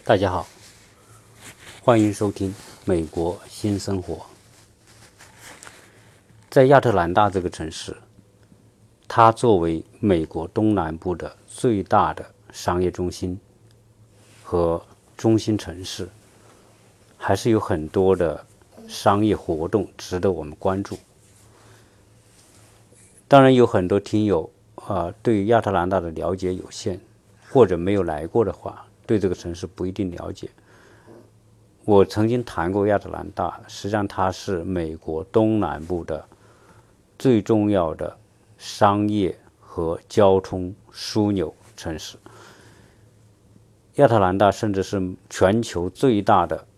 大家好，欢迎收听美国新生活。在亚特兰大这个城市，它作为美国东南部的最大的商业中心和中心城市，还是有很多的商业活动值得我们关注。当然有很多听友对亚特兰大的了解有限，或者没有来过的话，对这个城市不一定了解。我曾经谈过亚特兰大，实际上它是美国东南部的最重要的商业和交通枢纽城市。亚特兰大甚至是全球最大的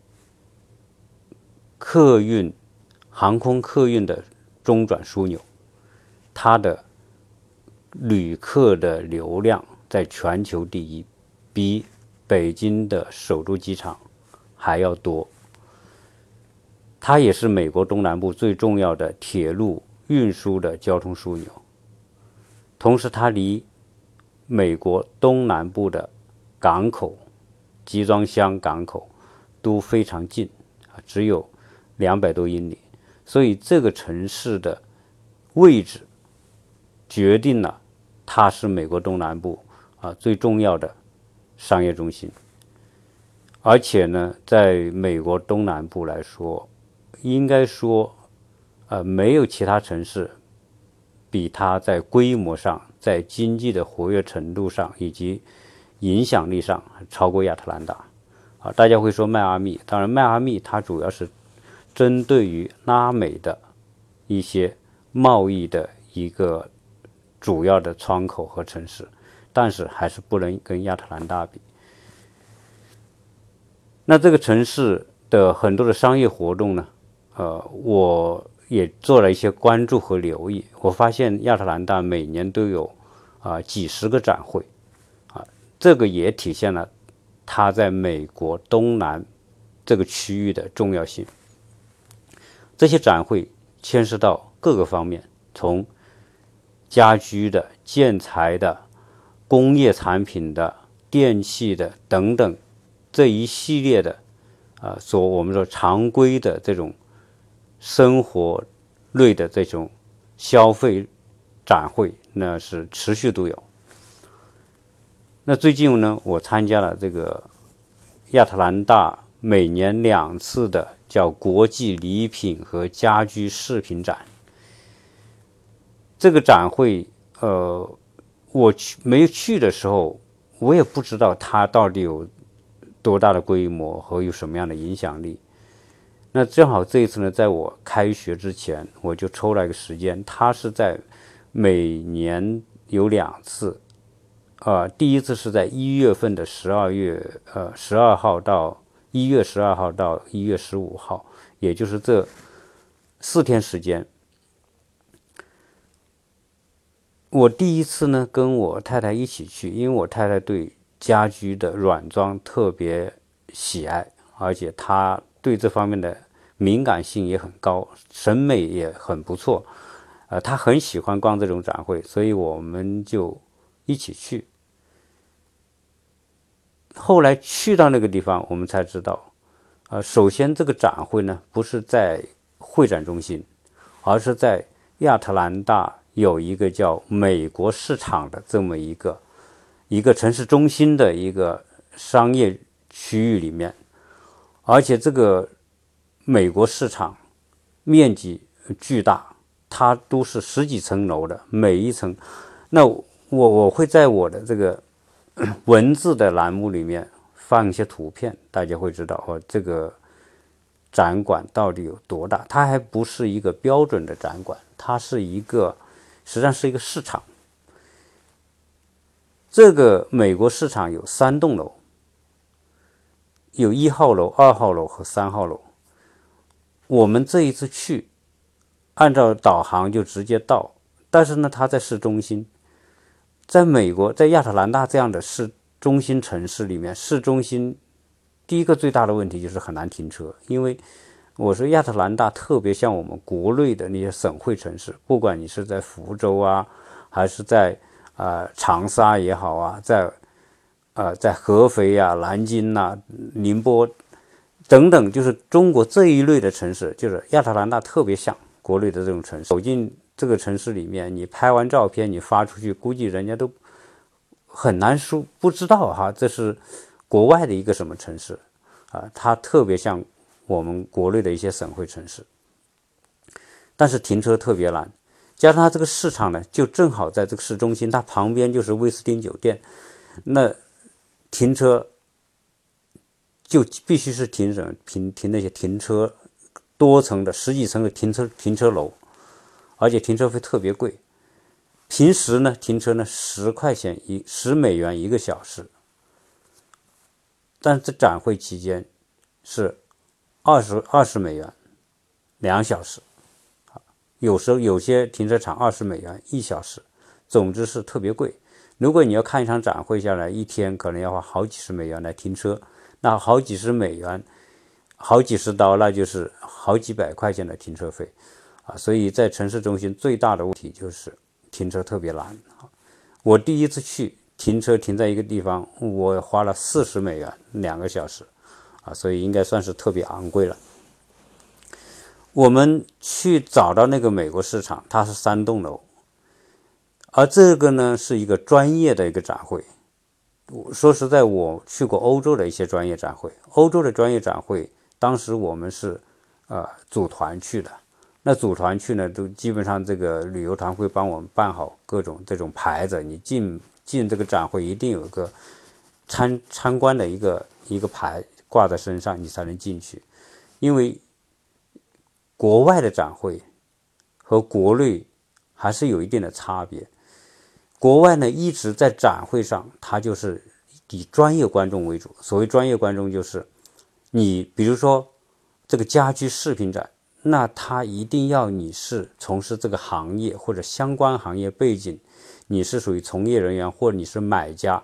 航空客运的中转枢纽，它的旅客的流量在全球第一，比北京的首都机场还要多。它也是美国东南部最重要的铁路运输的交通枢纽，同时它离美国东南部的港口、集装箱港口都非常近，只有200多英里，所以这个城市的位置决定了它是美国东南部最重要的商业中心。而且呢，在美国东南部来说，应该说没有其他城市比它在规模上、在经济的活跃程度上以及影响力上超过亚特兰大。大家会说迈阿密，当然迈阿密它主要是针对于拉美的一些贸易的一个主要的窗口和城市，但是还是不能跟亚特兰大比。那这个城市的很多的商业活动呢，我也做了一些关注和留意。我发现亚特兰大每年都有几十个展会，这个也体现了它在美国东南这个区域的重要性。这些展会牵涉到各个方面，从家居的、建材的、工业产品的、电器的等等这一系列的我们说常规的这种生活类的这种消费展会，那是持续都有。那最近呢，我参加了这个亚特兰大每年2次的叫国际礼品和家居饰品展。这个展会我没去的时候，我也不知道它到底有多大的规模和有什么样的影响力。那正好这一次呢，在我开学之前，我就抽了一个时间，它是在每年有2次，第一次是在1月份的12号到1月12号到1月15号，也就是这4天时间。我第一次呢跟我太太一起去，因为我太太对家居的软装特别喜爱，而且她对这方面的敏感性也很高，审美也很不错，她很喜欢逛这种展会，所以我们就一起去。后来去到那个地方，我们才知道，首先这个展会呢不是在会展中心，而是在亚特兰大有一个叫美国市场的这么一个城市中心的一个商业区域里面，而且这个美国市场面积巨大，它都是10几层楼的，每一层。那我会在我的这个文字的栏目里面放一些图片，大家会知道这个展馆到底有多大。它还不是一个标准的展馆，它是实际上是一个市场。这个美国市场有3栋楼，有1号楼、2号楼和3号楼。我们这一次去，按照导航就直接到，但是呢，它在市中心。在美国，在亚特兰大这样的市中心城市里面，市中心第一个最大的问题就是很难停车，因为我说亚特兰大特别像我们国内的那些省会城市，不管你是在福州还是在长沙也好在在合肥呀、南京呐、宁波等等，就是中国这一类的城市，就是亚特兰大特别像国内的这种城市。走进这个城市里面，你拍完照片你发出去，估计人家都很难说不知道哈，这是国外的一个什么城市它特别像我们国内的一些省会城市，但是停车特别难。加上它这个市场呢，就正好在这个市中心，它旁边就是威斯汀酒店，那停车就必须是停那些停车多层的十几层的停车楼，而且停车费特别贵。平时呢，停车呢$10一个小时，但是展会期间是$20 2小时。有时候有些停车场$201小时，总之是特别贵。如果你要看一场展会下来，一天可能要花好几十美元来停车，那好几十美元，好几十刀，那就是好几百块钱的停车费所以在城市中心最大的问题就是停车特别难我第一次去停车停在一个地方，我花了$40 2个小时所以应该算是特别昂贵了。我们去找到那个美国市场，它是3栋楼，而这个呢是一个专业的一个展会。说实在，我去过欧洲的一些专业展会，欧洲的专业展会，当时我们是组团去的。那组团去呢，都基本上这个旅游团会帮我们办好各种这种牌子，你进这个展会一定有一个参观的一个牌挂在身上，你才能进去。因为国外的展会和国内还是有一定的差别。国外呢一直在展会上，它就是以专业观众为主。所谓专业观众，就是你比如说这个家居饰品展，那它一定要你是从事这个行业或者相关行业背景，你是属于从业人员，或者你是买家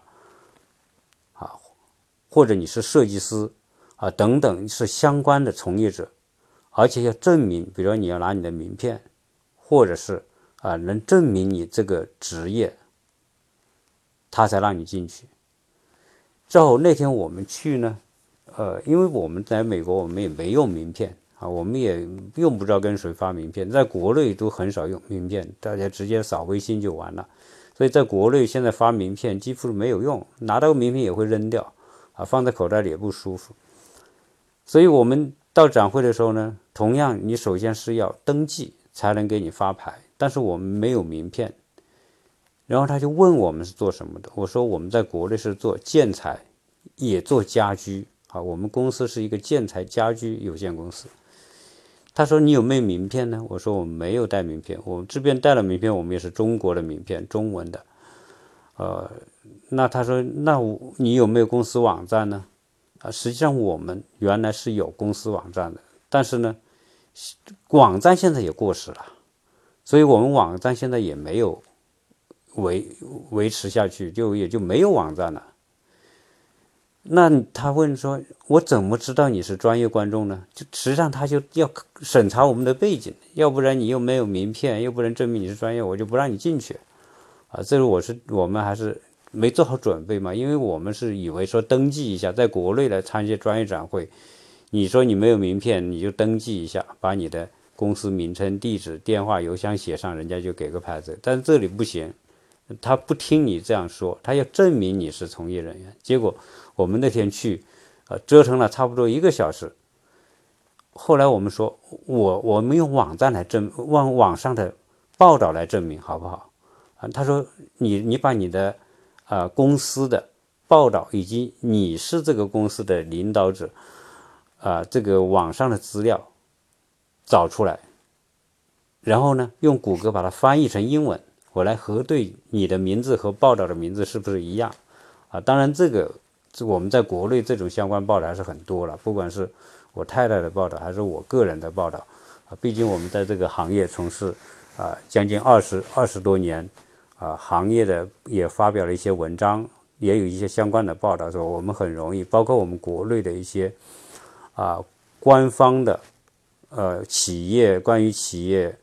或者你是设计师等等，是相关的从业者。而且要证明，比如说你要拿你的名片，或者是能证明你这个职业，他才让你进去。正好那天我们去呢，因为我们在美国，我们也没用名片我们也用不着跟谁发名片，在国内都很少用名片，大家直接扫微信就完了。所以在国内现在发名片几乎没有用，拿到名片也会扔掉放在口袋里也不舒服。所以我们到展会的时候呢，同样你首先是要登记才能给你发牌，但是我们没有名片。然后他就问我们是做什么的，我说我们在国内是做建材，也做家居我们公司是一个建材家居有限公司。他说你有没有名片呢？我说我们没有带名片，我们这边带了名片，我们也是中国的名片，中文的。那他说那你有没有公司网站呢？实际上我们原来是有公司网站的，但是呢，网站现在也过时了，所以我们网站现在也没有维持下去，也就没有网站了。那他问说，我怎么知道你是专业观众呢？就实际上他就要审查我们的背景，要不然你又没有名片，又不能证明你是专业，我就不让你进去这是我们还是没做好准备嘛，因为我们是以为说登记一下，在国内来参加专业展会，你说你没有名片，你就登记一下，把你的公司名称、地址、电话、邮箱写上，人家就给个牌子。但是这里不行，他不听你这样说，他要证明你是从业人员。结果我们那天去折腾了差不多1个小时。后来我们说我们用网站来网上的报道来证明好不好他说你把你的公司的报道以及你是这个公司的领导者这个网上的资料找出来，然后呢用谷歌把它翻译成英文，我来核对你的名字和报道的名字是不是一样当然这个我们在国内这种相关报道还是很多了，不管是我太太的报道还是我个人的报道毕竟我们在这个行业从事将近20多年行业的也发表了一些文章，也有一些相关的报道，说我们很容易，包括我们国内的一些官方的企业关于企业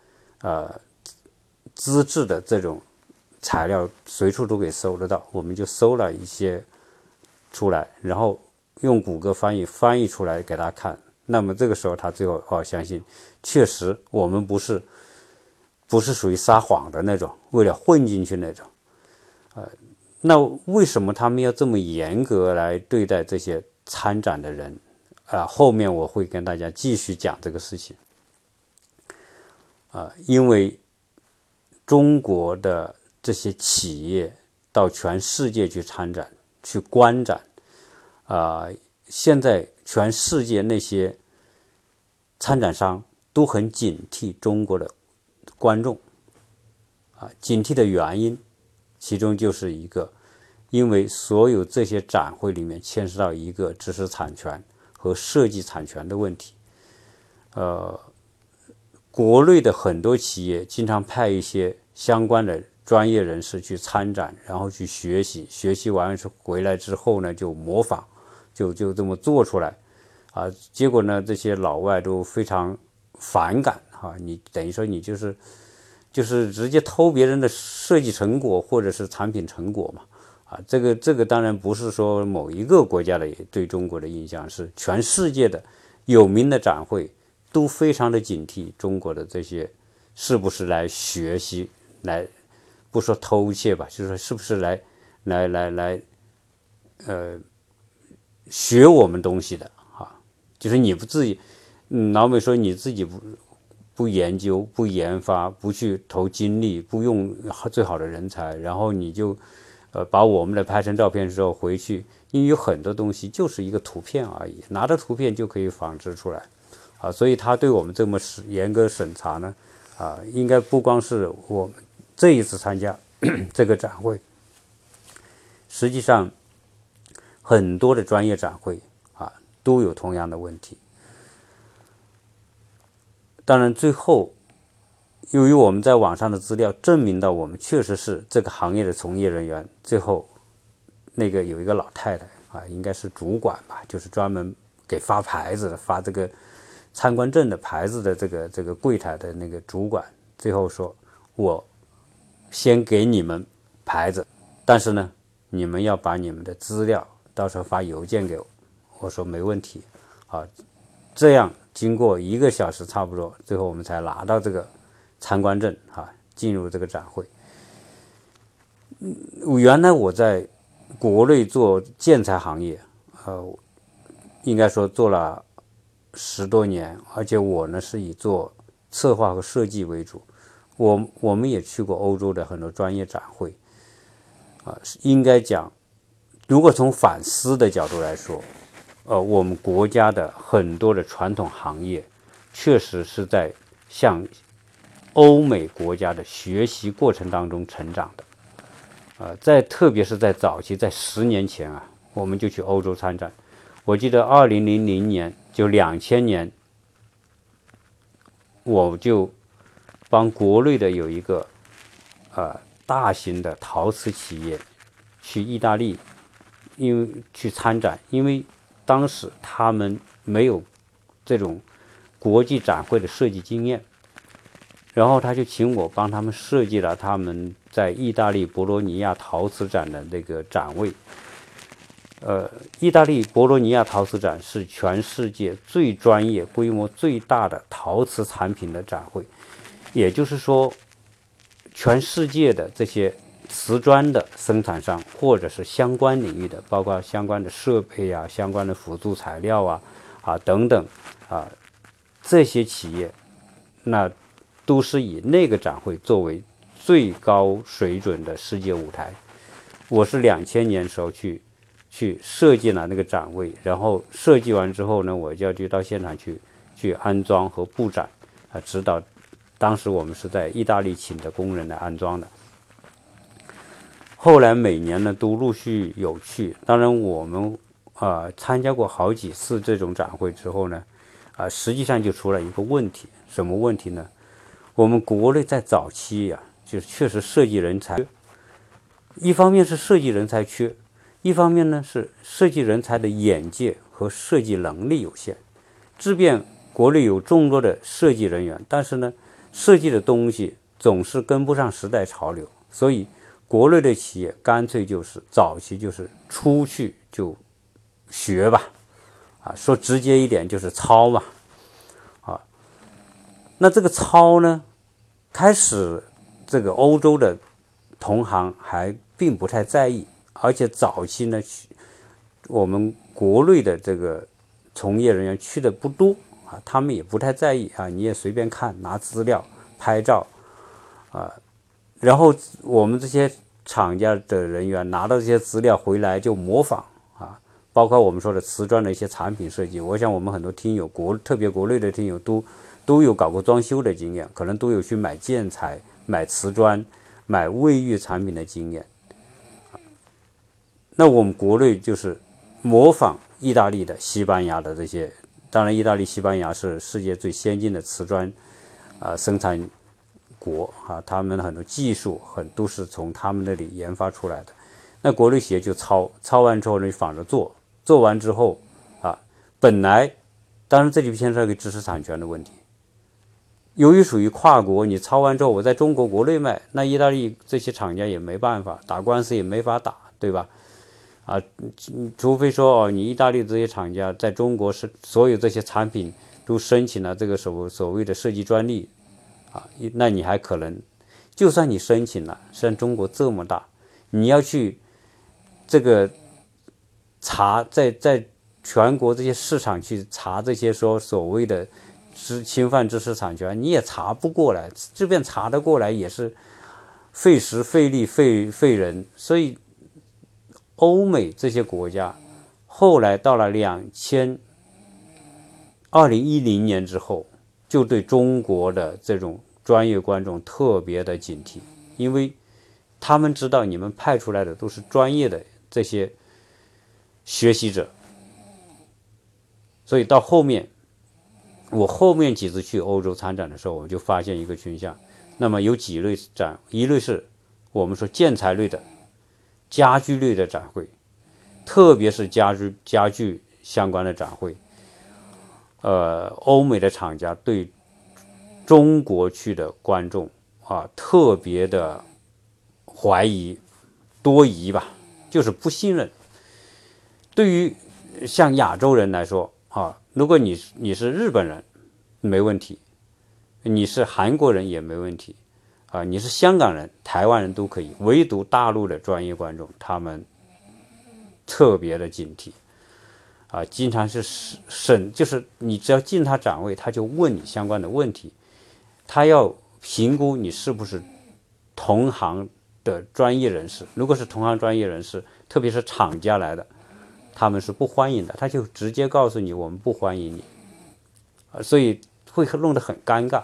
资质的这种材料随处都可以搜得到，我们就搜了一些出来，然后用谷歌翻译出来给他看。那么这个时候他最后相信，确实我们不是属于撒谎的那种，为了混进去那种。那为什么他们要这么严格来对待这些参展的人？后面我会跟大家继续讲这个事情。因为中国的这些企业到全世界去参展、去观展，现在全世界那些参展商都很警惕中国的观众，警惕的原因，其中就是一个，因为所有这些展会里面牵涉到一个知识产权和设计产权的问题。国内的很多企业经常派一些相关的专业人士去参展，然后去学习，学习完回来之后呢，就模仿，就这么做出来，结果呢，这些老外都非常反感，你等于说你就是直接偷别人的设计成果或者是产品成果嘛，这个当然不是说某一个国家的对中国的印象，是全世界的有名的展会都非常的警惕中国的这些是不是来学习，来不说偷窃吧，就是说是不是来学我们东西的，就是你不自己，老美说你自己不研究、不研发、不去投精力、不用最好的人才，然后你就把我们的拍成照片之后回去，因为有很多东西就是一个图片而已，拿着图片就可以仿制出来。所以他对我们这么严格审查呢，应该不光是我们这一次参加这个展会，实际上很多的专业展会都有同样的问题。当然最后由于我们在网上的资料证明到我们确实是这个行业的从业人员，最后那个有一个老太太应该是主管吧，就是专门给发牌子的，发这个参观证的牌子的这个柜台的那个主管，最后说，我先给你们牌子，但是呢你们要把你们的资料到时候发邮件给我。我说没问题。这样经过1个小时差不多，最后我们才拿到这个参观证，进入这个展会。原来我在国内做建材行业，应该说做了10多年，而且我呢是以做策划和设计为主。我们也去过欧洲的很多专业展会，应该讲，如果从反思的角度来说，我们国家的很多的传统行业，确实是在向欧美国家的学习过程当中成长的。特别是在早期，在10年前我们就去欧洲参展。我记得2000年，就2000年，我就帮国内的有一个大型的陶瓷企业去意大利，因为去参展，因为当时他们没有这种国际展会的设计经验，然后他就请我帮他们设计了他们在意大利博洛尼亚陶瓷展的那个展位。意大利博洛尼亚陶瓷展是全世界最专业、规模最大的陶瓷产品的展会，也就是说，全世界的这些瓷砖的生产商或者是相关领域的，包括相关的设备相关的辅助材料等等这些企业，那都是以那个展会作为最高水准的世界舞台。我是2000年时候去设计了那个展位，然后设计完之后呢，我就要到现场去安装和布展指导。当时我们是在意大利请的工人来安装的。后来每年呢都陆续有去，当然我们参加过好几次这种展会之后呢，实际上就出了一个问题。什么问题呢？我们国内在早期就是确实设计人才，一方面是设计人才缺，一方面呢是设计人才的眼界和设计能力有限。即便国内有众多的设计人员，但是呢设计的东西总是跟不上时代潮流，所以国内的企业干脆就是早期就是出去就学吧，说直接一点就是抄嘛，那这个抄呢，开始这个欧洲的同行还并不太在意，而且早期呢，我们国内的这个从业人员去的不多他们也不太在意你也随便看拿资料拍照然后我们这些厂家的人员拿到这些资料回来就模仿包括我们说的瓷砖的一些产品设计，我想我们很多听友特别国内的听友都有搞过装修的经验，可能都有去买建材、买瓷砖、买卫浴产品的经验。那我们国内就是模仿意大利的、西班牙的这些，当然意大利、西班牙是世界最先进的瓷砖生产国他们很多技术都是从他们那里研发出来的。那国内企业就抄完之后呢，仿着做完之后本来当然这里牵涉一个知识产权的问题。由于属于跨国，你抄完之后我在中国国内卖，那意大利这些厂家也没办法，打官司也没法打，对吧？除非说你意大利这些厂家在中国是所有这些产品都申请了这个所谓的设计专利那你还可能，就算你申请了，像中国这么大，你要去这个查在全国这些市场去查这些所谓的侵犯知识产权，你也查不过来，这边查得过来也是费时费力费人，所以欧美这些国家后来到了2010年之后，就对中国的这种专业观众特别的警惕，因为他们知道你们派出来的都是专业的这些学习者，所以到我后面几次去欧洲参展的时候，我就发现一个倾向。那么有几类展，一类是我们说建材类的、家居类的展会，特别是家具相关的展会。欧美的厂家对中国去的观众特别的怀疑、多疑吧，就是不信任。对于像亚洲人来说如果你是日本人没问题，你是韩国人也没问题你是香港人、台湾人都可以，唯独大陆的专业观众他们特别的警惕经常是就是你只要进他展位，他就问你相关的问题，他要评估你是不是同行的专业人士。如果是同行专业人士，特别是厂家来的，他们是不欢迎的，他就直接告诉你我们不欢迎你所以会弄得很尴尬。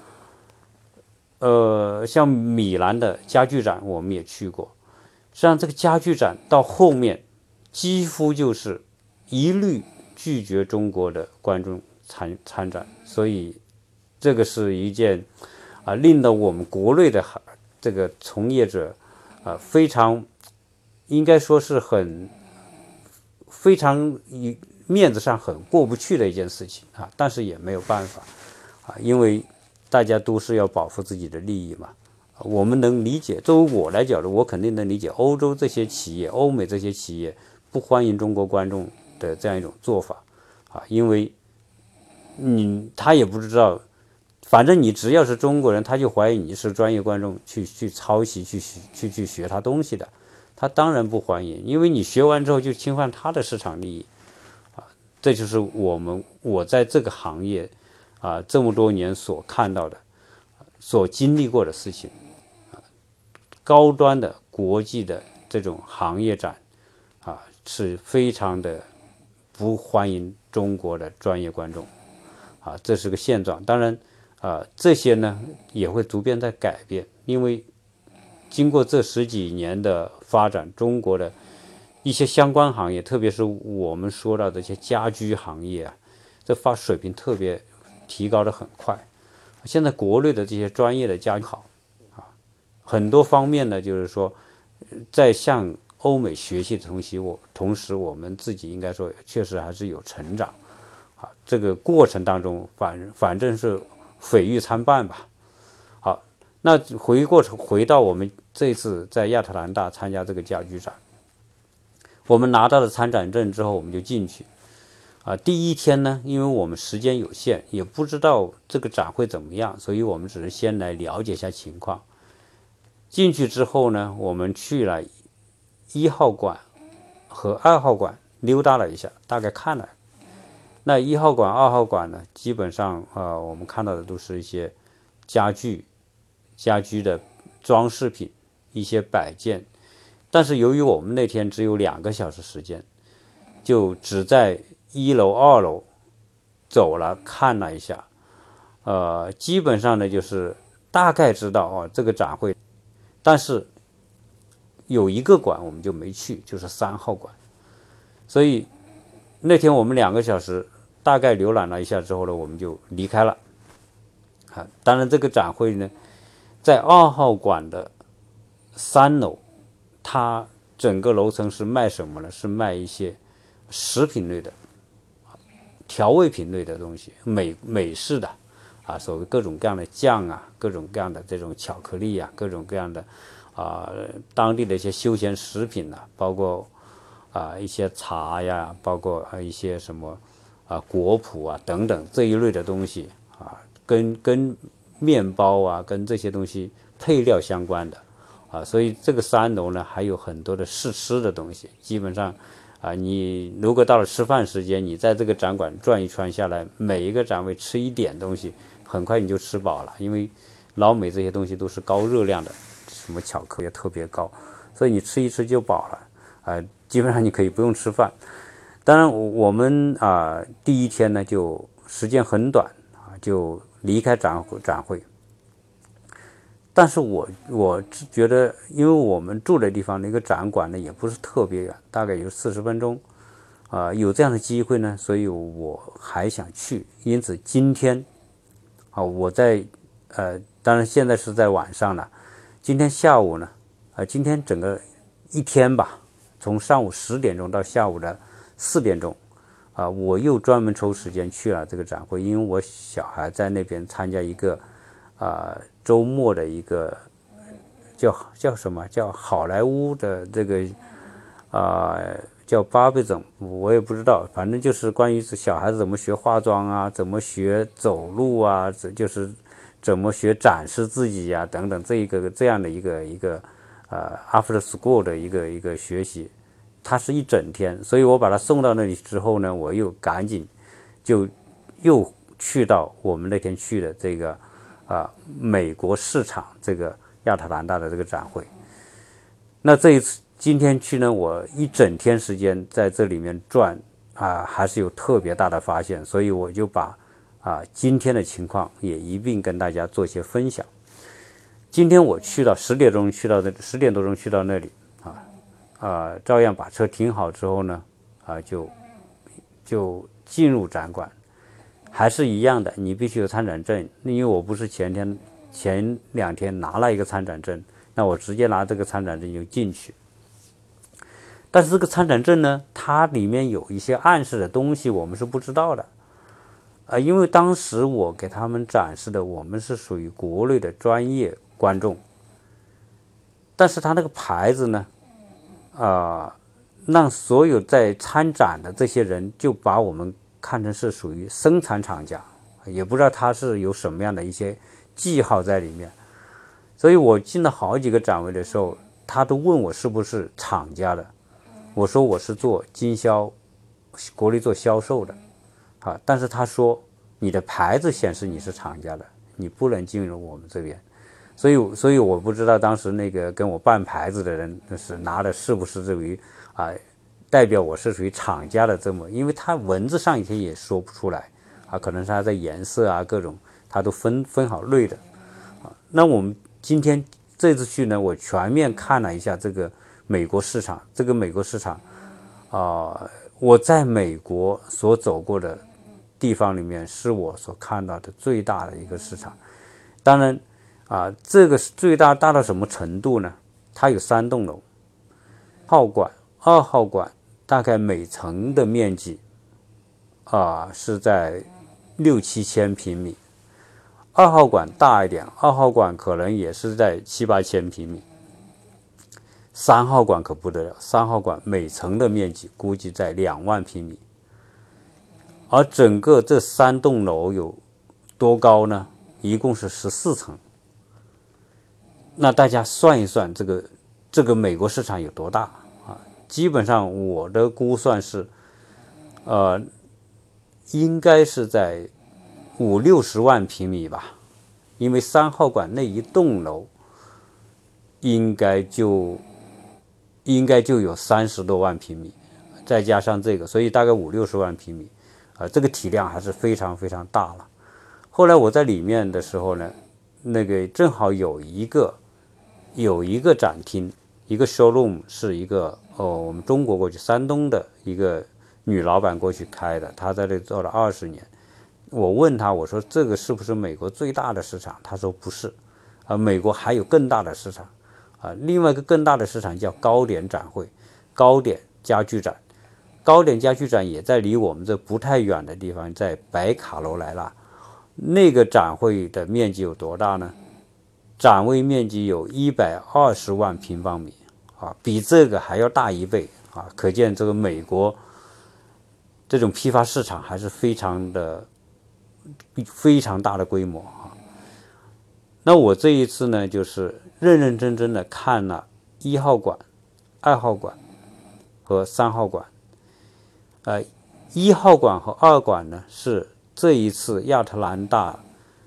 像米兰的家具展我们也去过，实际上这个家具展到后面几乎就是一律拒绝中国的观众参展，所以这个是一件令到我们国内的这个从业者非常应该说是非常面子上很过不去的一件事情但是也没有办法因为大家都是要保护自己的利益嘛。我们能理解，作为我来讲的，我肯定能理解欧洲这些企业、欧美这些企业不欢迎中国观众的这样一种做法因为他也不知道，反正你只要是中国人，他就怀疑你是专业观众去抄袭去学他东西的，他当然不欢迎，因为你学完之后就侵犯他的市场利益这就是我在这个行业这么多年所看到的、所经历过的事情高端的国际的这种行业展是非常的不欢迎中国的专业观众这是个现状。当然这些呢也会逐渐在改变，因为经过这10几年的发展，中国的一些相关行业，特别是我们说到的这些家居行业这水平特别提高的很快。现在国内的这些专业的家居好很多方面呢，就是说在向欧美学习的同时我们自己应该说确实还是有成长这个过程当中反正是毁誉参半吧。好，那回到我们这次在亚特兰大参加这个家具展，我们拿到了参展证之后，我们就进去。第一天呢，因为我们时间有限，也不知道这个展会怎么样，所以我们只是先来了解一下情况。进去之后呢，我们去了1号馆和2号馆溜达了一下，大概看了。那1号馆、2号馆呢，基本上我们看到的都是一些家居的装饰品，一些摆件。但是由于我们那天只有2个小时时间，就只在1楼、2楼走了看了一下，基本上呢就是大概知道这个展会，但是有一个馆我们就没去，就是3号馆。所以那天我们2个小时大概浏览了一下之后呢，我们就离开了。当然这个展会呢，在2号馆的3楼，它整个楼层是卖什么呢？是卖一些食品类的、调味品类的东西，美式的所谓各种各样的酱各种各样的这种巧克力各种各样的当地的一些休闲食品包括一些茶呀，包括一些什么果脯等等这一类的东西跟面包跟这些东西配料相关的所以这个3楼呢还有很多的试吃的东西。基本上你如果到了吃饭时间，你在这个展馆转一圈下来，每一个展位吃一点东西，很快你就吃饱了。因为老美这些东西都是高热量的，什么巧克力也特别高，所以你吃一吃就饱了基本上你可以不用吃饭。当然我们第一天呢就时间很短就离开展会。但是我觉得，因为我们住的地方那个展馆呢也不是特别远，大概有40分钟有这样的机会呢，所以我还想去。因此今天我在当然现在是在晚上了，今天下午呢今天整个一天吧，从上午10点钟到下午的4点钟我又专门抽时间去了这个展会。因为我小孩在那边参加一个周末的一个叫什么叫好莱坞的这个叫巴贝总，我也不知道，反正就是关于小孩子怎么学化妆怎么学走路就是怎么学展示自己等等这样的一个after school 的一个学习。它是一整天，所以我把他送到那里之后呢，我又赶紧就又去到我们那天去的这个美国市场这个亚特兰大的这个展会。那这一次今天去呢，我一整天时间在这里面转还是有特别大的发现，所以我就把今天的情况也一并跟大家做一些分享。今天我去到10点多钟去到那里照样把车停好之后呢就进入展馆。还是一样的，你必须有参展证。因为我不是前2天拿了一个参展证，那我直接拿这个参展证就进去。但是这个参展证呢，它里面有一些暗示的东西我们是不知道的因为当时我给他们展示的，我们是属于国内的专业观众，但是他那个牌子呢让所有在参展的这些人就把我们看成是属于生产厂家，也不知道他是有什么样的一些记号在里面。所以我进了好几个展位的时候，他都问我是不是厂家的，我说我是做经销，国内做销售的但是他说你的牌子显示你是厂家的，你不能进入我们这边。所以我不知道当时那个跟我办牌子的人是拿的是不是属于代表我是属于厂家的因为他文字上也说不出来可能是他在颜色各种他都分好类的那我们今天这次去呢，我全面看了一下这个美国市场。这个美国市场我在美国所走过的地方里面是我所看到的最大的一个市场。当然这个最大到什么程度呢？它有3栋楼，1号馆、2号馆大概每层的面积是在6-7千平米，2号馆大一点，2号馆可能也是在7-8千平米 3号馆可不得了，3号馆每层的面积估计在2万平米，而整个这3栋楼有多高呢？一共是14层。那大家算一算，这个美国市场有多大啊？基本上我的估算是，应该是在50-60万平米吧，因为3号馆那一栋楼应该就有30多万平米，再加上这个，所以大概50-60万平米这个体量还是非常非常大了。后来我在里面的时候呢，那个正好有一个展厅，一个 showroom 是一个我们中国过去山东的一个女老板过去开的，她在这里做了20年。我问她，我说这个是不是美国最大的市场？她说不是，美国还有更大的市场另外一个更大的市场叫高点展会，高点家具展。高点家具展也在离我们这不太远的地方，在北卡罗来纳。那个展会的面积有多大呢？展位面积有120万平方米比这个还要大1倍可见这个美国这种批发市场还是非常大的规模那我这一次呢，就是认认真真的看了1号馆、2号馆和3号馆。1号馆和2馆呢是这一次亚特兰大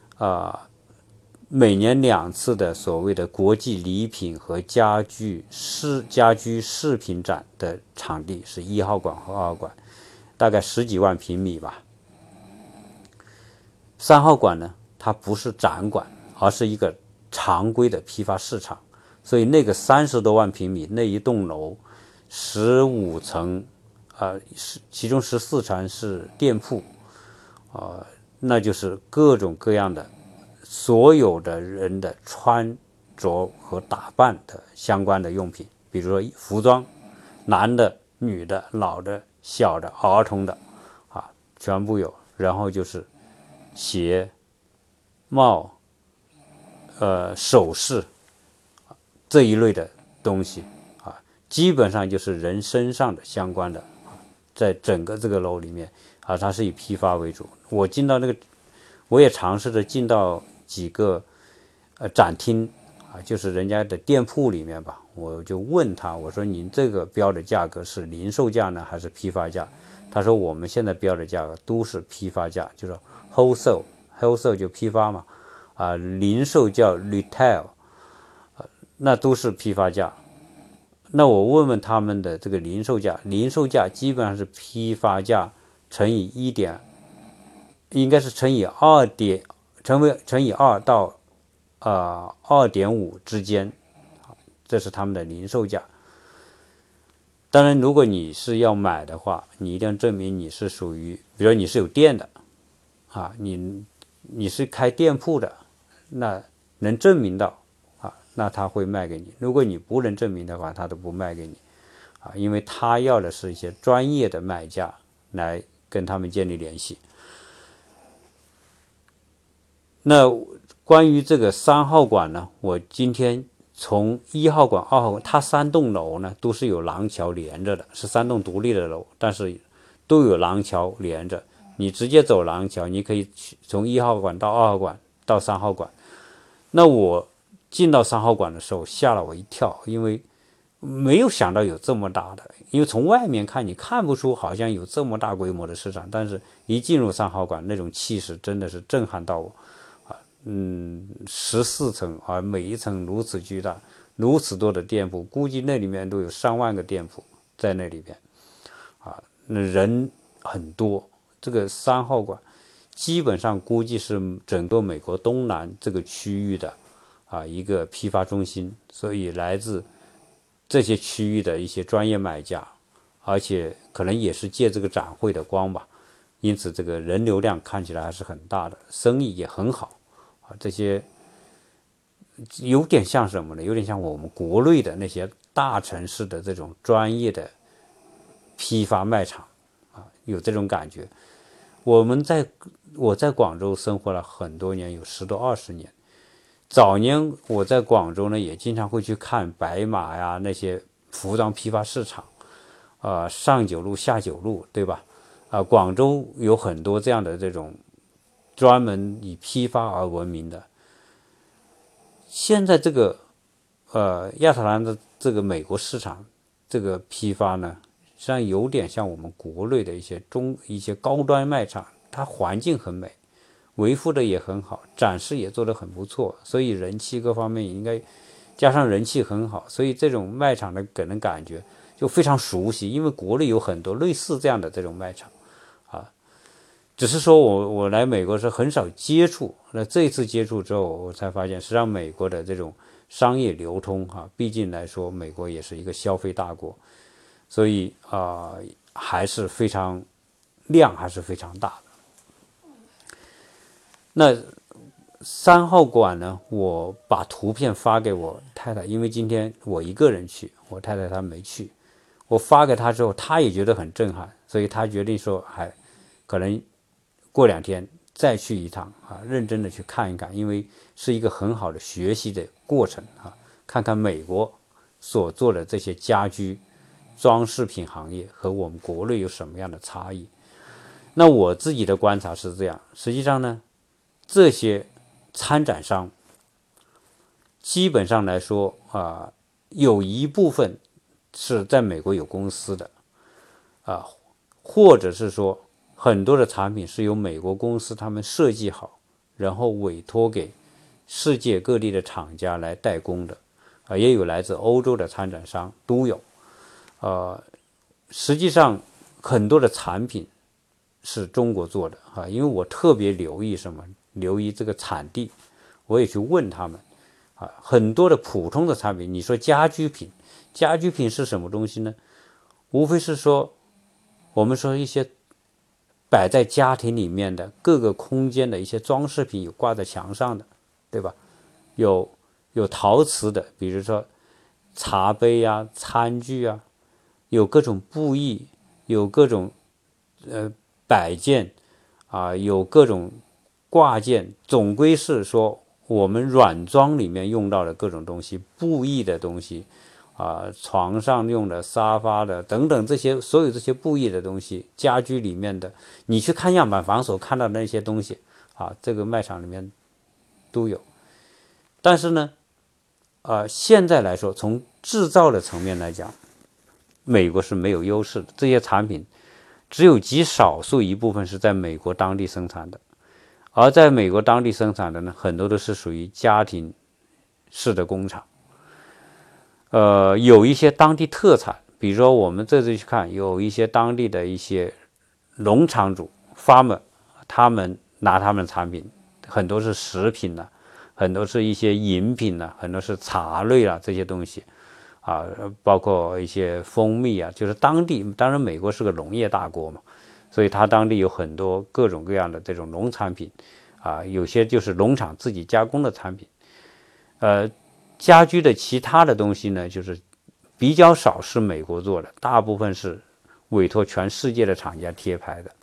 每年2次的所谓的国际礼品和家居饰品展的场地，是1号馆和2号馆，大概10几万平米吧。3号馆呢，它不是展馆，而是一个常规的批发市场，所以那个30多万平米那一栋楼，15层其中14层是店铺那就是各种各样的所有的人的穿着和打扮的相关的用品，比如说服装，男的、女的、老的、小的、儿童的全部有。然后就是鞋、帽、首饰这一类的东西基本上就是人身上的相关的在整个这个楼里面它是以批发为主。我进到我也尝试着进到几个展厅就是人家的店铺里面吧，我就问他，我说您这个标的价格是零售价呢还是批发价？他说我们现在标的价格都是批发价，就是 wholesale 就批发嘛零售叫 retail 那都是批发价。那我问问他们的这个零售价基本上是批发价乘以应该是乘以2到2.5之间，这是他们的零售价。当然如果你是要买的话，你一定要证明你是属于，比如你是有店的你是开店铺的，那能证明到那他会卖给你。如果你不能证明的话，他都不卖给你因为他要的是一些专业的买家来跟他们建立联系。那关于这个3号馆呢，我今天从1号馆、2号馆，它3栋楼呢都是有廊桥连着的，是3栋独立的楼，但是都有廊桥连着。你直接走廊桥，你可以从1号馆到2号馆到3号馆。那我进到3号馆的时候吓了我一跳，因为没有想到有这么大的，因为从外面看你看不出好像有这么大规模的市场，但是一进入3号馆那种气势真的是震撼到我14层每一层如此巨大，如此多的店铺，估计那里面都有上万个店铺在那里边那人很多。这个3号馆基本上估计是整个美国东南这个区域的一个批发中心，所以来自这些区域的一些专业买家，而且可能也是借这个展会的光吧，因此这个人流量看起来还是很大的，生意也很好这些有点像什么呢？有点像我们国内的那些大城市的这种专业的批发卖场有这种感觉。我在广州生活了很多年，有10多20年， 早年我在广州呢，也经常会去看白马呀那些服装批发市场，上九路下九路，对吧？广州有很多这样的这种专门以批发而闻名的。现在这个亚特兰的这个美国市场这个批发呢，实际上有点像我们国内的一些高端卖场，它环境很美，维护的也很好，展示也做得很不错，所以人气各方面应该加上人气很好，所以这种卖场的给人感觉就非常熟悉，因为国内有很多类似这样的这种卖场只是说我来美国是很少接触，那这一次接触之后，我才发现，实际上美国的这种商业流通毕竟来说，美国也是一个消费大国，所以还是非常量还是非常大的。那3号馆呢，我把图片发给我太太，因为今天我一个人去，我太太她没去，我发给她之后，她也觉得很震撼，所以她决定说，可能过2天再去一趟认真的去看一看，因为是一个很好的学习的过程看看美国所做的这些家居装饰品行业和我们国内有什么样的差异。那我自己的观察是这样，实际上呢，这些参展商基本上来说有一部分是在美国有公司的或者是说很多的产品是由美国公司他们设计好，然后委托给世界各地的厂家来代工的也有来自欧洲的参展商都有实际上很多的产品是中国做的因为我特别留意这个产地，我也去问他们很多的普通的产品，你说家居品是什么东西呢？无非是说我们说一些摆在家庭里面的各个空间的一些装饰品，有挂在墙上的，对吧？有陶瓷的，比如说茶杯餐具有各种布艺，有各种摆件有各种挂件，总归是说我们软装里面用到的各种东西，布艺的东西床上用的、沙发的等等，所有这些布艺的东西，家居里面的，你去看样板房所看到的那些东西这个卖场里面都有。但是呢现在来说，从制造的层面来讲，美国是没有优势的，这些产品只有极少数一部分是在美国当地生产的，而在美国当地生产的呢，很多都是属于家庭式的工厂。有一些当地特产，比如说我们这次去看，有一些当地的一些农场主 farmer， 他们拿他们的产品，很多是食品很多是一些饮品很多是茶类这些东西包括一些蜂蜜就是当然美国是个农业大国嘛，所以它当地有很多各种各样的这种农产品有些就是农场自己加工的产品。家居的其他的东西呢，就是比较少是美国做的，大部分是委托全世界的厂家贴牌的。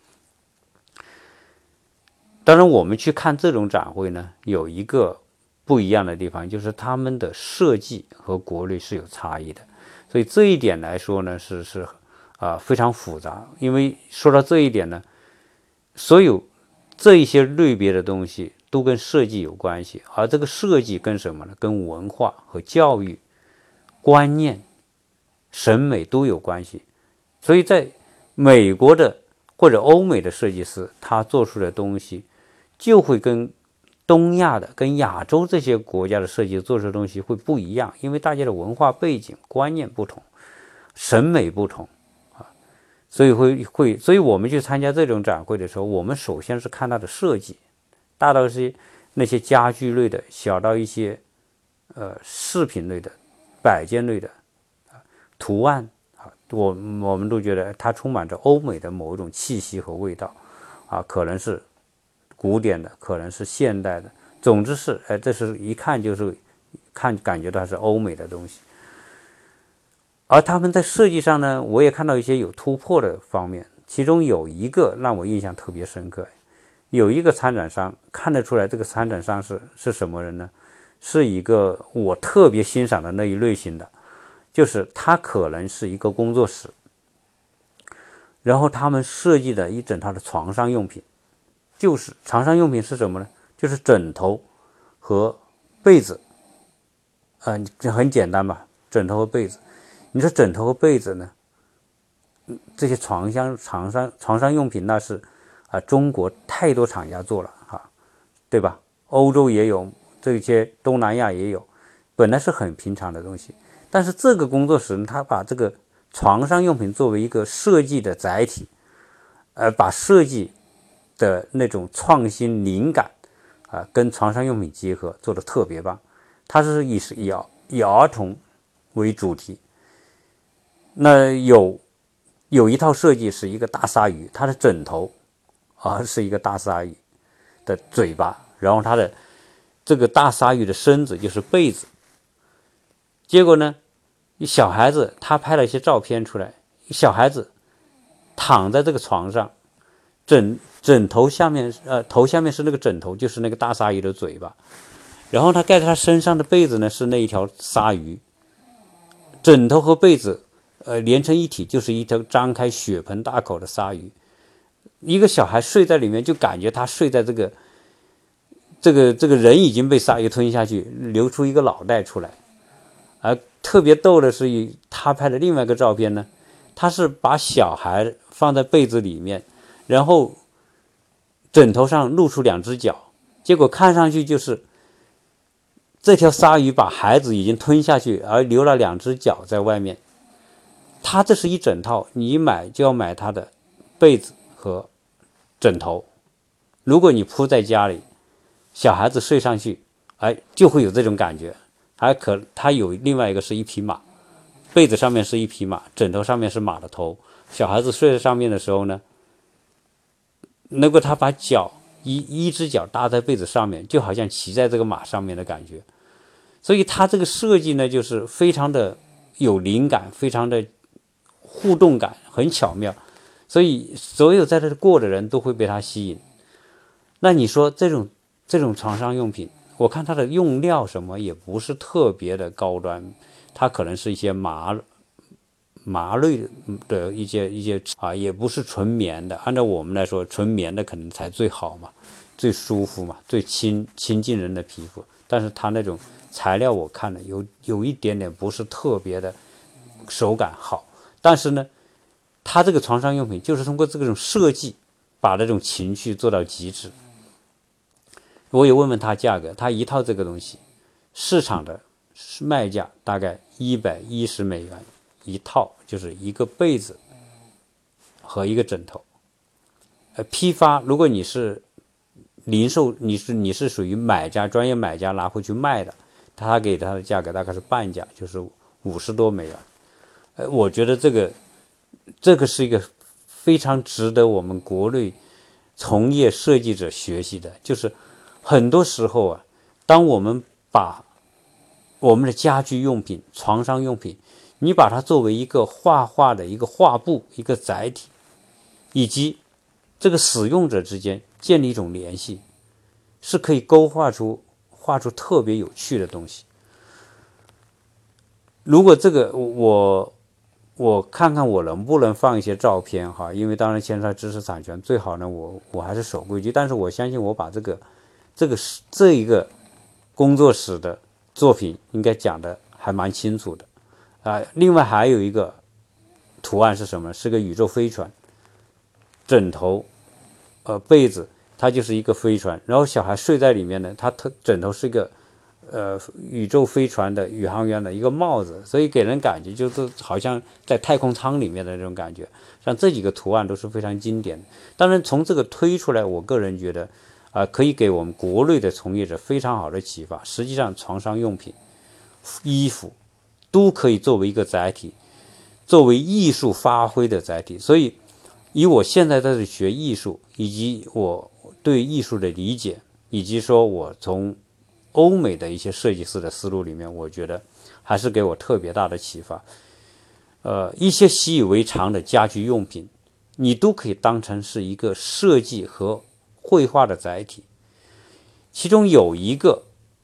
当然我们去看这种展会呢，有一个不一样的地方，就是他们的设计和国内是有差异的，所以这一点来说呢是非常复杂。因为说到这一点呢，所有这一些类别的东西都跟设计有关系，而这个设计跟什么呢？跟文化和教育、观念、审美都有关系。所以在美国的或者欧美的设计师，他做出的东西就会跟东亚的、跟亚洲这些国家的设计做出的东西会不一样，因为大家的文化背景、观念不同，审美不同所以我们去参加这种展会的时候，我们首先是看它的设计，大到是那些家居类的，小到一些饰品类的、摆件类的图案我们都觉得它充满着欧美的某一种气息和味道可能是古典的，可能是现代的，总之是这是一看就是感觉到它是欧美的东西。而他们在设计上呢，我也看到一些有突破的方面，其中有一个让我印象特别深刻，有一个参展商看得出来，这个参展商是什么人呢？ 是一个我特别欣赏的那一类型的，就是它可能是一个工作室，然后他们设计的一整套的床上用品，就是床上用品是什么呢？就是枕头和被子，这很简单吧？枕头和被子，你说枕头和被子呢？这些床上用品那是中国太多厂家做了对吧？欧洲也有，这些东南亚也有，本来是很平常的东西，但是这个工作室呢，他把这个床上用品作为一个设计的载体，把设计的那种创新灵感跟床上用品结合，做得特别棒。它是以儿童为主题，那有一套设计是一个大鲨鱼，它的枕头是一个大鲨鱼的嘴巴，然后它的这个大鲨鱼的身子就是被子。结果呢，小孩子他拍了一些照片出来，小孩子躺在这个床上，枕头下面头下面是那个枕头，就是那个大鲨鱼的嘴巴，然后他盖在他身上的被子呢是那一条鲨鱼，枕头和被子连成一体，就是一条张开血盆大口的鲨鱼。一个小孩睡在里面，就感觉他睡在这个人已经被鲨鱼吞下去，流出一个脑袋出来。而特别逗的是，他拍的另外一个照片呢，他是把小孩放在被子里面，然后枕头上露出两只脚，结果看上去就是这条鲨鱼把孩子已经吞下去，而留了两只脚在外面。它这是一整套，你一买就要买它的被子和枕头。如果你铺在家里，小孩子睡上去，就会有这种感觉。它有另外一个是一匹马，被子上面是一匹马，枕头上面是马的头。小孩子睡在上面的时候呢，如果他把脚一只脚搭在被子上面，就好像骑在这个马上面的感觉。所以他这个设计呢，就是非常的有灵感，非常的互动感，很巧妙，所以所有在这过的人都会被它吸引。那你说这种床上用品，我看它的用料什么也不是特别的高端，它可能是一些麻类的一些也不是纯棉的。按照我们来说，纯棉的可能才最好嘛，最舒服嘛，最亲近人的皮肤。但是它那种材料我看了有一点点不是特别的手感好，但是呢，它这个床上用品就是通过这种设计，把这种情绪做到极致。我也问它价格，它一套这个东西，市场的卖价大概$110一套，就是一个被子和一个枕头。批发，如果你是零售，你是属于买家，专业买家拿回去卖的，他给他的价格大概是半价，就是$50多。我觉得这个是一个非常值得我们国内从业设计者学习的。就是很多时候当我们把我们的家居用品、床上用品，你把它作为一个画画的一个画布、一个载体，以及这个使用者之间建立一种联系，是可以画出特别有趣的东西。如果这个我看看我能不能放一些照片因为当然牵涉知识产权，最好呢我还是守规矩，但是我相信我把这一个工作室的作品应该讲的还蛮清楚的另外还有一个图案是什么？是个宇宙飞船，枕头被子它就是一个飞船，然后小孩睡在里面呢，枕头是一个宇宙飞船的宇航员的一个帽子，所以给人感觉就是好像在太空舱里面的那种感觉。像这几个图案都是非常经典的。当然从这个推出来，我个人觉得可以给我们国内的从业者非常好的启发。实际上床上用品、衣服都可以作为一个载体，作为艺术发挥的载体。所以以我现在在这里学艺术，以及我对艺术的理解，以及说我从欧美的一些设计师的思路里面，我觉得还是给我特别大的启发。一些习以为常的家居用品，你都可以当成是一个设计和绘画的载体。其中有一个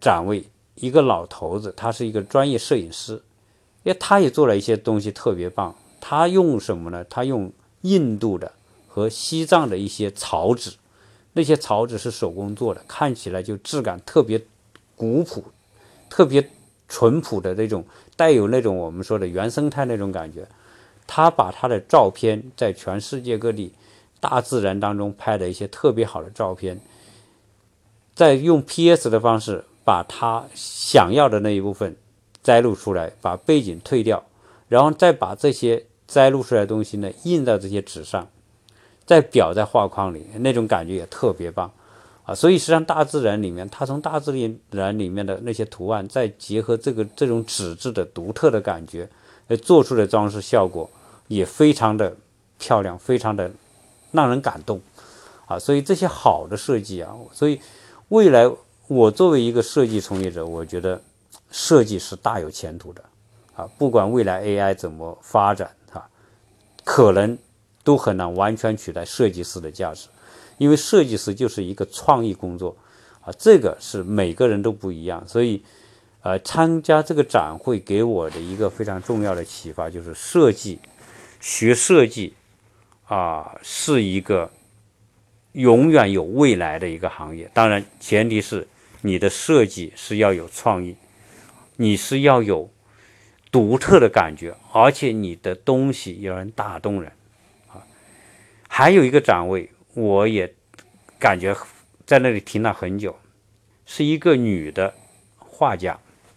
展位，一个老头子，他是一个专业摄影师，因为他也做了一些东西特别棒。他用什么呢？他用印度的和西藏的一些草纸，那些草纸是手工做的，看起来就质感特别古朴，特别淳朴的那种，带有那种我们说的原生态那种感觉。他把他的照片在全世界各地大自然当中拍的一些特别好的照片，再用 PS 的方式把他想要的那一部分摘录出来，把背景退掉，然后再把这些摘录出来的东西呢印到这些纸上，再裱在画框里，那种感觉也特别棒啊！所以实际上大自然里面，它从大自然里面的那些图案，再结合这种纸质的独特的感觉，做出的装饰效果也非常的漂亮，非常的让人感动啊！所以这些好的设计啊，所以未来我作为一个设计从业者，我觉得设计是大有前途的啊！不管未来 AI 怎么发展啊，可能都很难完全取代设计师的价值，因为设计师就是一个创意工作啊，这个是每个人都不一样。所以参加这个展会给我的一个非常重要的启发就是学设计啊是一个永远有未来的一个行业。当然前提是你的设计是要有创意，你是要有独特的感觉，而且你的东西要能打动人啊。还有一个展位我也感觉在那里停了很久，是一个女的画家。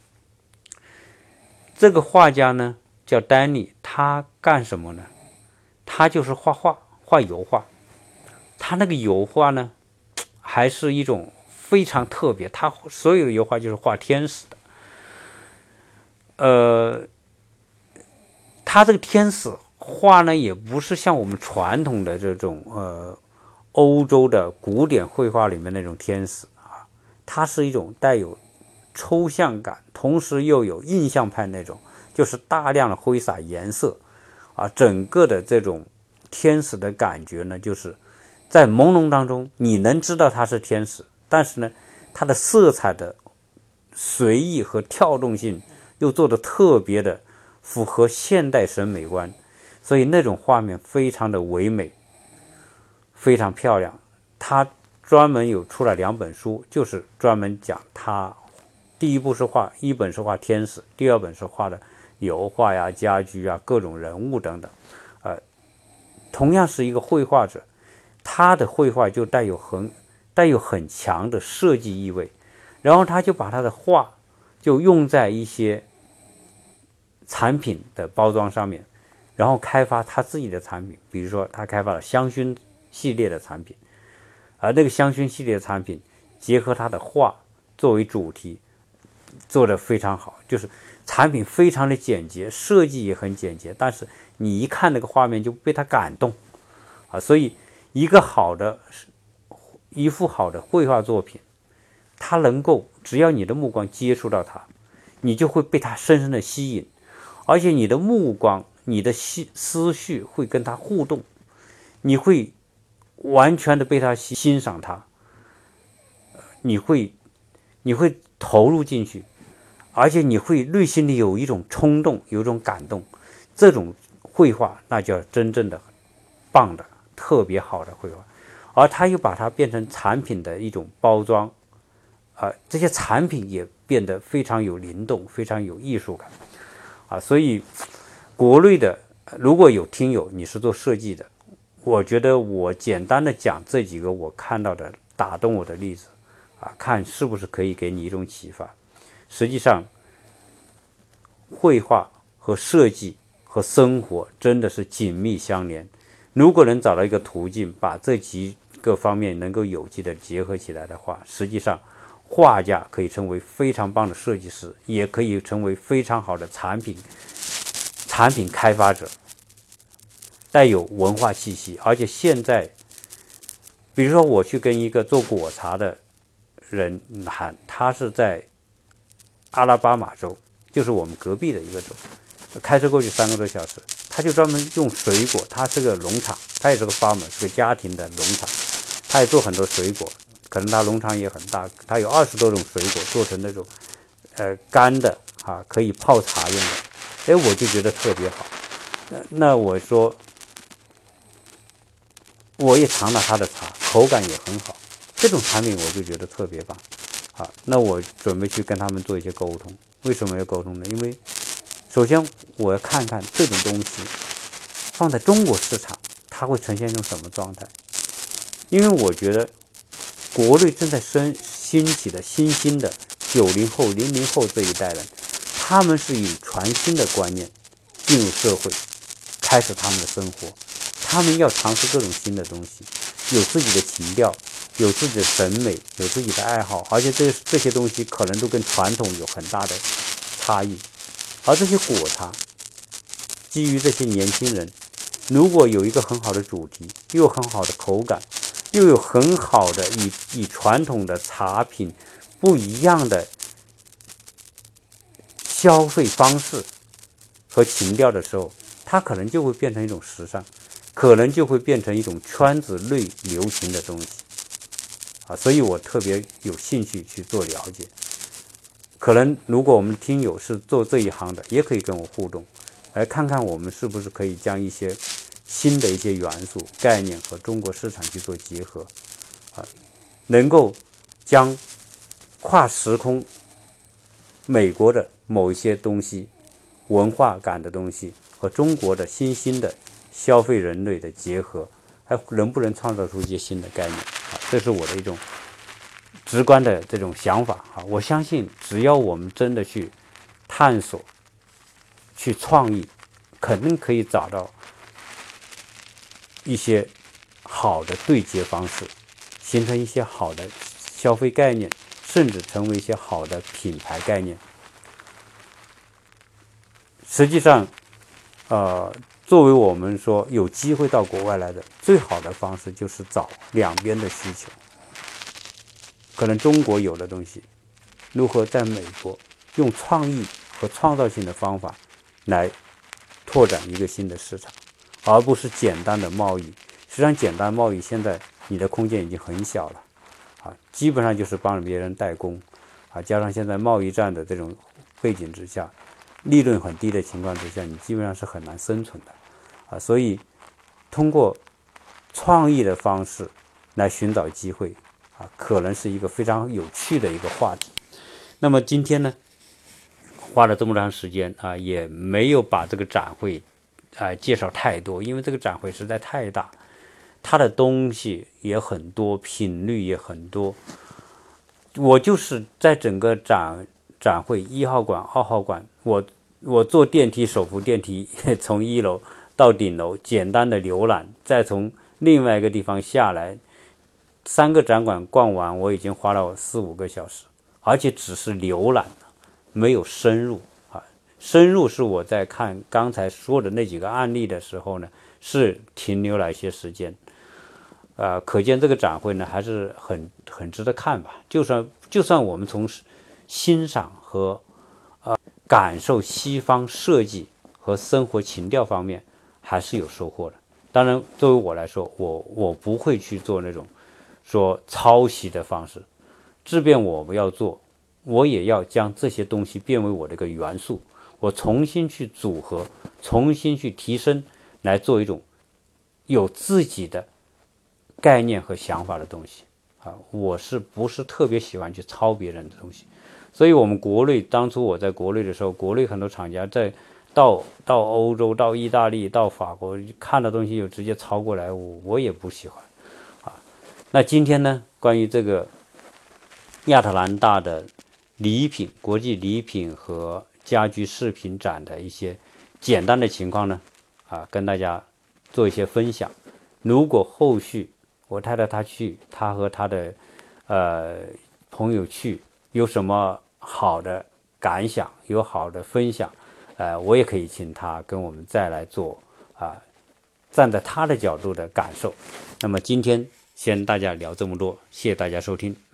这个画家呢叫丹尼，她干什么呢？她就是画油画。她那个油画呢还是一种非常特别，她所有的油画就是画天使的。她这个天使画呢也不是像我们传统的这种欧洲的古典绘画里面那种天使啊，它是一种带有抽象感，同时又有印象派那种，就是大量的挥洒颜色啊，整个的这种天使的感觉呢，就是在朦胧当中你能知道它是天使，但是呢它的色彩的随意和跳动性又做得特别的符合现代审美观，所以那种画面非常的唯美，非常漂亮。他专门有出了2本书，就是专门讲他第一本是画天使，第2本是画的油画呀、家居啊、各种人物等等。同样是一个绘画者，他的绘画就带有很强的设计意味，然后他就把他的画就用在一些产品的包装上面，然后开发他自己的产品。比如说他开发了香薰系列的产品，而那个香薰系列的产品结合他的画作为主题，做得非常好，就是产品非常的简洁，设计也很简洁，但是你一看那个画面就被他感动啊！所以一幅好的绘画作品，它能够只要你的目光接触到它，你就会被它深深的吸引，而且你的目光、你的思绪会跟它互动，你会完全的被它欣赏它，你会投入进去，而且你会内心里有一种冲动，有一种感动。这种绘画那叫真正的棒的特别好的绘画，而他又把它变成产品的一种包装这些产品也变得非常有灵动，非常有艺术感所以国内的如果有听友你是做设计的，我觉得我简单的讲这几个我看到的打动我的例子看是不是可以给你一种启发。实际上绘画和设计和生活真的是紧密相连，如果能找到一个途径把这几个方面能够有机的结合起来的话，实际上画家可以成为非常棒的设计师，也可以成为非常好的产品开发者，带有文化气息。而且现在比如说我去跟一个做果茶的人谈，他是在阿拉巴马州，就是我们隔壁的一个州，开车过去3个多小时，他就专门用水果，他是个农场，他也是个 farmer， 是个家庭的农场，他也做很多水果， 可能它农场也很大，它有20多种水果做成那种干的可以泡茶用的，我就觉得特别好。那我说我也尝了它的茶，口感也很好，这种产品我就觉得特别棒。那我准备去跟他们做一些沟通。为什么要沟通呢？因为首先我要看看这种东西放在中国市场它会呈现一种什么状态。因为我觉得国内正在兴起的新兴的90后、00后这一代人，他们是以全新的观念进入社会，开始他们的生活。他们要尝试各种新的东西，有自己的情调，有自己的审美，有自己的爱好，而且这些东西可能都跟传统有很大的差异。而这些果茶基于这些年轻人，如果有一个很好的主题，又有很好的口感，又有很好的与传统的茶品不一样的消费方式和情调的时候，它可能就会变成一种时尚，可能就会变成一种圈子内流行的东西所以我特别有兴趣去做了解。可能如果我们听友是做这一行的，也可以跟我互动，来看看我们是不是可以将一些新的一些元素概念和中国市场去做结合能够将跨时空美国的某一些东西文化感的东西和中国的新兴的消费人类的结合，还能不能创造出一些新的概念这是我的一种直观的这种想法我相信只要我们真的去探索去创意，肯定可以找到一些好的对接方式，形成一些好的消费概念，甚至成为一些好的品牌概念。实际上作为我们说有机会到国外来的，最好的方式就是找两边的需求。可能中国有的东西如何在美国用创意和创造性的方法来拓展一个新的市场，而不是简单的贸易。实际上简单贸易现在你的空间已经很小了基本上就是帮别人代工加上现在贸易战的这种背景之下，利润很低的情况之下，你基本上是很难生存的所以通过创意的方式来寻找机会可能是一个非常有趣的一个话题。那么今天呢，花了这么长时间也没有把这个展会介绍太多，因为这个展会实在太大，它的东西也很多，品类也很多。我就是在整个展会1号馆、2号馆，我坐电梯手扶电梯从1楼到顶楼简单的浏览，再从另外一个地方下来，3个展馆逛完，我已经花了4-5个小时，而且只是浏览，没有深入深入是我在看刚才说的那几个案例的时候呢，是停留了一些时间可见这个展会呢还是很值得看吧。就算我们从欣赏和感受西方设计和生活情调方面还是有收获的。当然作为我来说，我不会去做那种说抄袭的方式，即便我们要做，我也要将这些东西变为我的一个元素，我重新去组合，重新去提升，来做一种有自己的概念和想法的东西我是不是特别喜欢去抄别人的东西。所以我们国内当初我在国内的时候，国内很多厂家到欧洲、到意大利、到法国看的东西就直接抄过来，我也不喜欢那今天呢，关于这个亚特兰大的礼品国际礼品和家居饰品展的一些简单的情况呢跟大家做一些分享。如果后续我太太她和她的朋友去有什么好的感想，有好的分享我也可以请她跟我们再来做站在她的角度的感受。那么今天先大家聊这么多，谢谢大家收听。